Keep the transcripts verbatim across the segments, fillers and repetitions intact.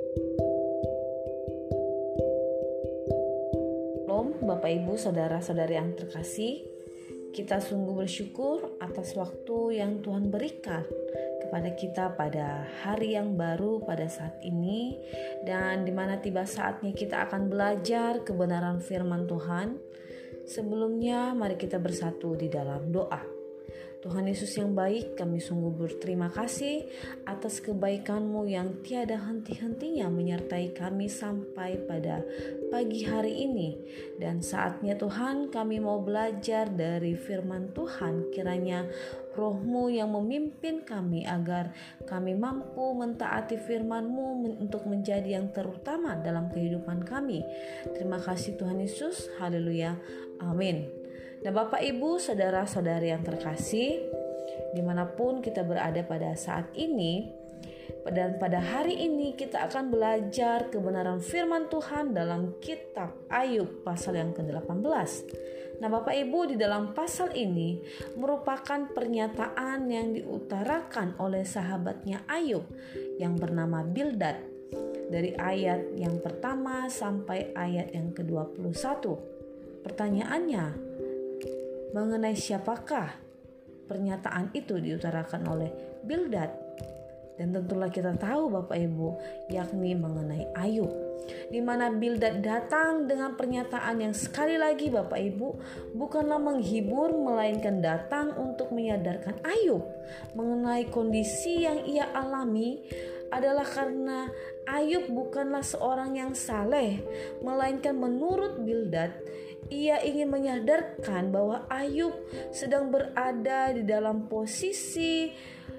Shalom Bapak Ibu Saudara-saudari yang terkasih, kita sungguh bersyukur atas waktu yang Tuhan berikan kepada kita pada hari yang baru pada saat ini, dan dimana tiba saatnya kita akan belajar kebenaran firman Tuhan. Sebelumnya mari kita bersatu di dalam doa. Tuhan Yesus yang baik, kami sungguh berterima kasih atas kebaikan-Mu yang tiada henti-hentinya menyertai kami sampai pada pagi hari ini. Dan saatnya Tuhan, kami mau belajar dari firman Tuhan. Kiranya Roh-Mu yang memimpin kami agar kami mampu mentaati firman-Mu untuk menjadi yang terutama dalam kehidupan kami. Terima kasih Tuhan Yesus. Haleluya. Amin. Nah Bapak Ibu Saudara-saudari yang terkasih, dimanapun kita berada pada saat ini, dan pada hari ini kita akan belajar kebenaran firman Tuhan dalam kitab Ayub pasal yang ke delapan belas. Nah Bapak Ibu, di dalam pasal ini merupakan pernyataan yang diutarakan oleh sahabatnya Ayub yang bernama Bildad, dari ayat yang pertama sampai ayat yang ke dua puluh satu. Pertanyaannya, mengenai siapakah pernyataan itu diutarakan oleh Bildad? Dan tentulah kita tahu Bapak Ibu, yakni mengenai Ayub, di mana Bildad datang dengan pernyataan yang sekali lagi Bapak Ibu bukanlah menghibur, melainkan datang untuk menyadarkan Ayub mengenai kondisi yang ia alami adalah karena Ayub bukanlah seorang yang saleh, melainkan menurut Bildad ia ingin menyadarkan bahwa Ayub sedang berada di dalam posisi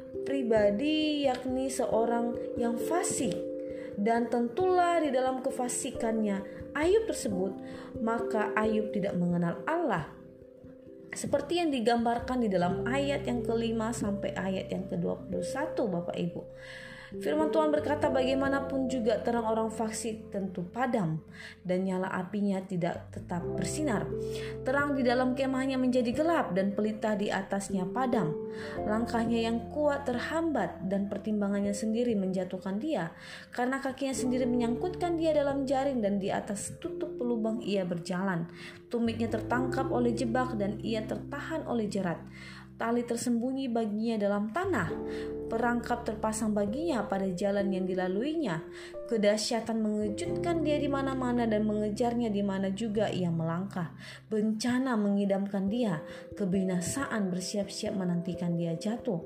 pribadi, yakni seorang yang fasik. Dan tentulah di dalam kefasikannya Ayub tersebut, maka Ayub tidak mengenal Allah, seperti yang digambarkan di dalam ayat yang kelima sampai ayat yang ke dua puluh satu Bapak Ibu. Firman Tuhan berkata, bagaimanapun juga terang orang fasik tentu padam, dan nyala apinya tidak tetap bersinar. Terang di dalam kemahnya menjadi gelap, dan pelita di atasnya padam. Langkahnya yang kuat terhambat, dan pertimbangannya sendiri menjatuhkan dia, karena kakinya sendiri menyangkutkan dia dalam jaring, dan di atas tutup pelubang ia berjalan. Tumiknya tertangkap oleh jebak, dan ia tertahan oleh jerat. Tali tersembunyi baginya dalam tanah, perangkap terpasang baginya pada jalan yang dilaluinya. Kedahsyatan mengejutkan dia di mana-mana dan mengejarnya di mana juga ia melangkah. Bencana mengidamkan dia, kebinasaan bersiap-siap menantikan dia jatuh.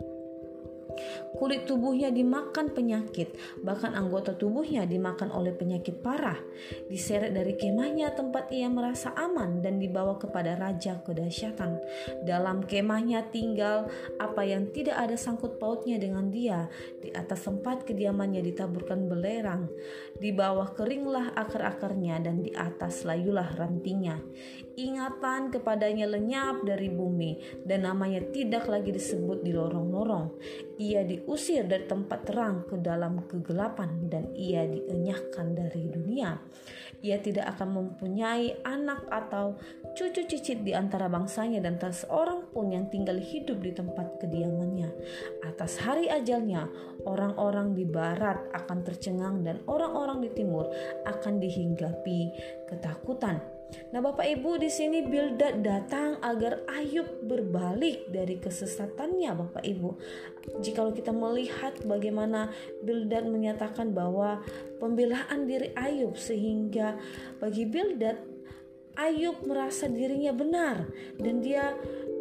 Kulit tubuhnya dimakan penyakit, bahkan anggota tubuhnya dimakan oleh penyakit parah. Diseret dari kemahnya tempat ia merasa aman dan dibawa kepada raja kedahsyatan. Dalam kemahnya tinggal apa yang tidak ada sangkut pautnya dengan dia. Di atas tempat kediamannya ditaburkan belerang. Di bawah keringlah akar-akarnya dan di atas layulah rantingnya. Ingatan kepadanya lenyap dari bumi dan namanya tidak lagi disebut di lorong-lorong. Ia diusir dari tempat terang ke dalam kegelapan dan ia dienyahkan dari dunia. Ia tidak akan mempunyai anak atau cucu cicit di antara bangsanya, dan tak seorang pun yang tinggal hidup di tempat kediamannya. Atas hari ajalnya, orang-orang di barat akan tercengang dan orang-orang di timur akan dihinggapi ketakutan. Nah Bapak Ibu, di sini Bildad datang agar Ayub berbalik dari kesesatannya Bapak Ibu. Jikalau kita melihat bagaimana Bildad menyatakan bahwa pembelaan diri Ayub, sehingga bagi Bildad Ayub merasa dirinya benar dan dia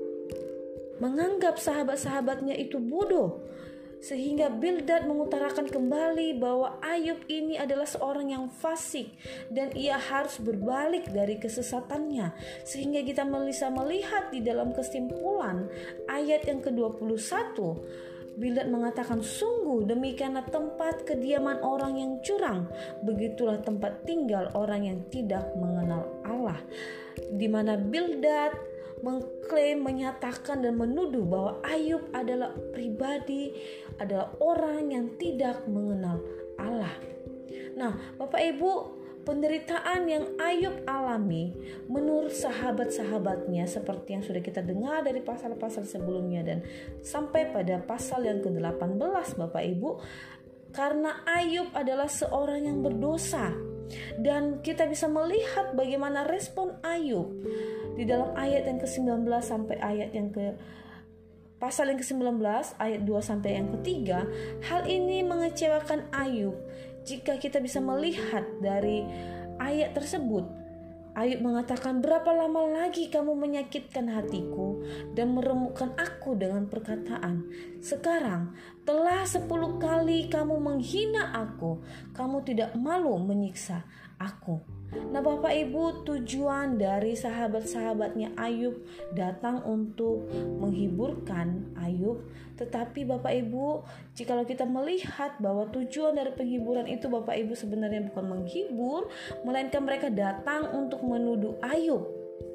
menganggap sahabat-sahabatnya itu bodoh. Sehingga Bildad mengutarakan kembali bahwa Ayub ini adalah seorang yang fasik dan ia harus berbalik dari kesesatannya. Sehingga kita bisa melihat di dalam kesimpulan ayat yang ke dua puluh satu, Bildad mengatakan, sungguh demikianlah tempat kediaman orang yang curang, begitulah tempat tinggal orang yang tidak mengenal Allah. Di mana Bildad mengklaim, menyatakan dan menuduh bahwa Ayub adalah pribadi, adalah orang yang tidak mengenal Allah. Nah, Bapak Ibu, penderitaan yang Ayub alami menurut sahabat-sahabatnya seperti yang sudah kita dengar dari pasal-pasal sebelumnya dan sampai pada pasal yang ke delapan belas Bapak Ibu, karena Ayub adalah seorang yang berdosa. Dan kita bisa melihat bagaimana respon Ayub di dalam ayat yang ke sembilan belas sampai ayat yang ke pasal yang ke sembilan belas ayat dua sampai yang ketiga. Hal ini mengecewakan Ayub. Jika kita bisa melihat dari ayat tersebut, Ayub mengatakan, "Berapa lama lagi kamu menyakitkan hatiku dan meremukkan aku dengan perkataan? Sekarang telah sepuluh kali kamu menghina aku. Kamu tidak malu menyiksa aku." Nah, Bapak Ibu, tujuan dari sahabat-sahabatnya Ayub datang untuk menghiburkan Ayub. Tetapi Bapak Ibu, jikalau kita melihat bahwa tujuan dari penghiburan itu, Bapak Ibu, sebenarnya bukan menghibur, melainkan mereka datang untuk menuduh Ayub,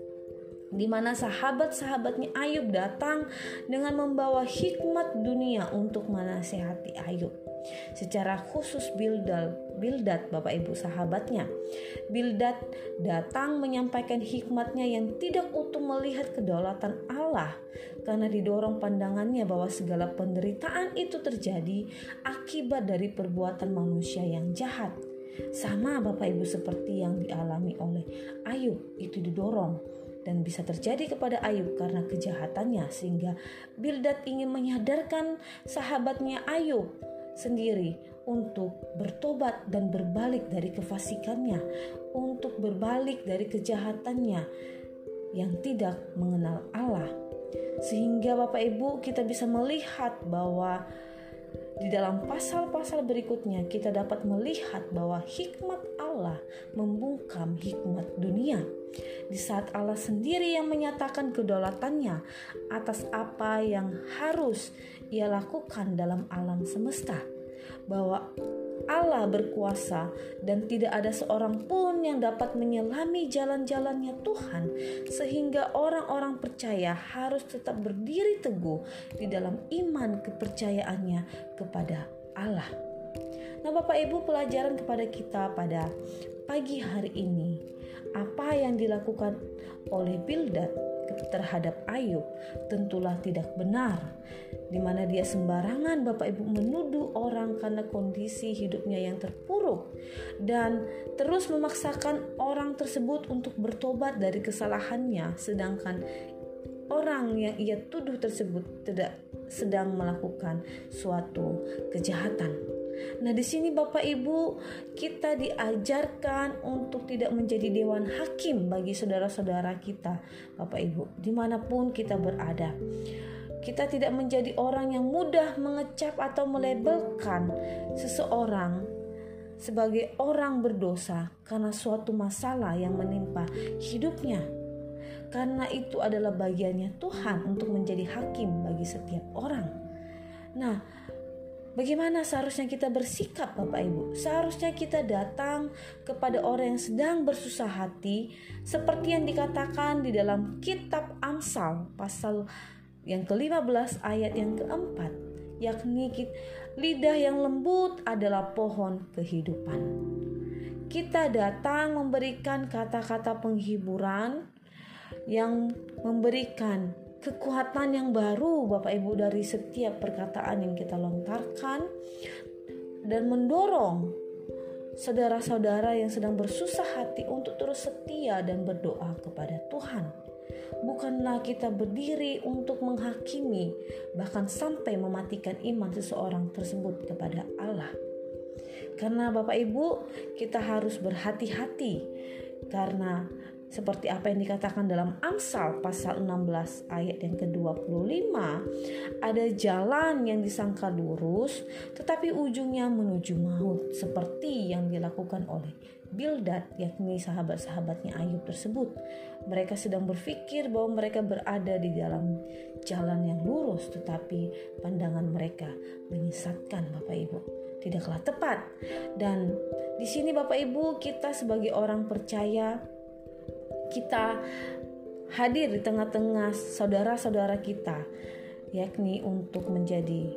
di mana sahabat-sahabatnya Ayub datang dengan membawa hikmat dunia untuk menasihati Ayub. Secara khusus Bildad, Bildad Bapak Ibu sahabatnya. Bildad datang menyampaikan hikmatnya yang tidak utuh melihat kedaulatan Allah, karena didorong pandangannya bahwa segala penderitaan itu terjadi akibat dari perbuatan manusia yang jahat. Sama Bapak Ibu seperti yang dialami oleh Ayub, itu didorong dan bisa terjadi kepada Ayub karena kejahatannya, sehingga Bildad ingin menyadarkan sahabatnya Ayub sendiri untuk bertobat dan berbalik dari kefasikannya, untuk berbalik dari kejahatannya yang tidak mengenal Allah. Sehingga Bapak Ibu kita bisa melihat bahwa di dalam pasal-pasal berikutnya kita dapat melihat bahwa hikmat Allah membungkam hikmat dunia. Di saat Allah sendiri yang menyatakan kedaulatannya atas apa yang harus Ia lakukan dalam alam semesta, bahwa Allah berkuasa dan tidak ada seorang pun yang dapat menyelami jalan-jalannya Tuhan, sehingga orang-orang percaya harus tetap berdiri teguh di dalam iman kepercayaannya kepada Allah. Nah, Bapak Ibu, pelajaran kepada kita pada pagi hari ini, apa yang dilakukan oleh Bildad terhadap Ayub tentulah tidak benar, di mana dia sembarangan Bapak Ibu menuduh orang karena kondisi hidupnya yang terpuruk dan terus memaksakan orang tersebut untuk bertobat dari kesalahannya, sedangkan orang yang ia tuduh tersebut tidak sedang melakukan suatu kejahatan. Nah, di sini Bapak Ibu kita diajarkan untuk tidak menjadi dewan hakim bagi saudara-saudara kita, Bapak Ibu, dimanapun kita berada. Kita tidak menjadi orang yang mudah mengecap atau melabelkan seseorang sebagai orang berdosa karena suatu masalah yang menimpa hidupnya. Karena itu adalah bagiannya Tuhan untuk menjadi hakim bagi setiap orang. Nah, bagaimana seharusnya kita bersikap Bapak Ibu? Seharusnya kita datang kepada orang yang sedang bersusah hati, seperti yang dikatakan di dalam kitab Amsal pasal yang kelima belas ayat yang keempat, yakni lidah yang lembut adalah pohon kehidupan. Kita datang memberikan kata-kata penghiburan yang memberikan kekuatan yang baru Bapak Ibu dari setiap perkataan yang kita lontarkan, dan mendorong saudara-saudara yang sedang bersusah hati untuk terus setia dan berdoa kepada Tuhan. Bukanlah kita berdiri untuk menghakimi, bahkan sampai mematikan iman seseorang tersebut kepada Allah. Karena Bapak Ibu kita harus berhati-hati, karena seperti apa yang dikatakan dalam Amsal pasal enam belas ayat yang ke dua puluh lima, ada jalan yang disangka lurus tetapi ujungnya menuju maut, seperti yang dilakukan oleh Bildad, yakni sahabat-sahabatnya Ayub tersebut. Mereka sedang berpikir bahwa mereka berada di dalam jalan yang lurus, tetapi pandangan mereka menyesatkan Bapak Ibu, tidaklah tepat. Dan di sini Bapak Ibu kita sebagai orang percaya, kita hadir di tengah-tengah saudara-saudara kita, yakni untuk menjadi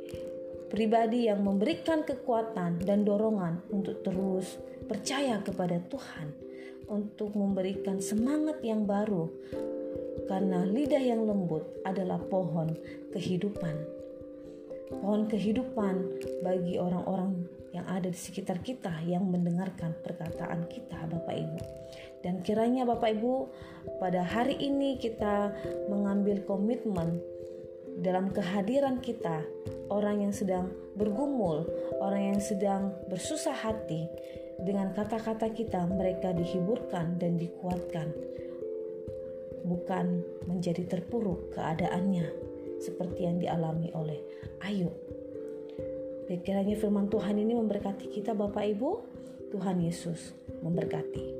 pribadi yang memberikan kekuatan dan dorongan untuk terus percaya kepada Tuhan, untuk memberikan semangat yang baru, karena lidah yang lembut adalah pohon kehidupan. pohon kehidupan bagi orang-orang yang ada di sekitar kita yang mendengarkan perkataan kita, Bapak Ibu. Dan kiranya Bapak Ibu pada hari ini kita mengambil komitmen dalam kehadiran kita, orang yang sedang bergumul, orang yang sedang bersusah hati, dengan kata-kata kita mereka dihiburkan dan dikuatkan, bukan menjadi terpuruk keadaannya seperti yang dialami oleh Ayub. Dan kiranya firman Tuhan ini memberkati kita Bapak Ibu. Tuhan Yesus memberkati.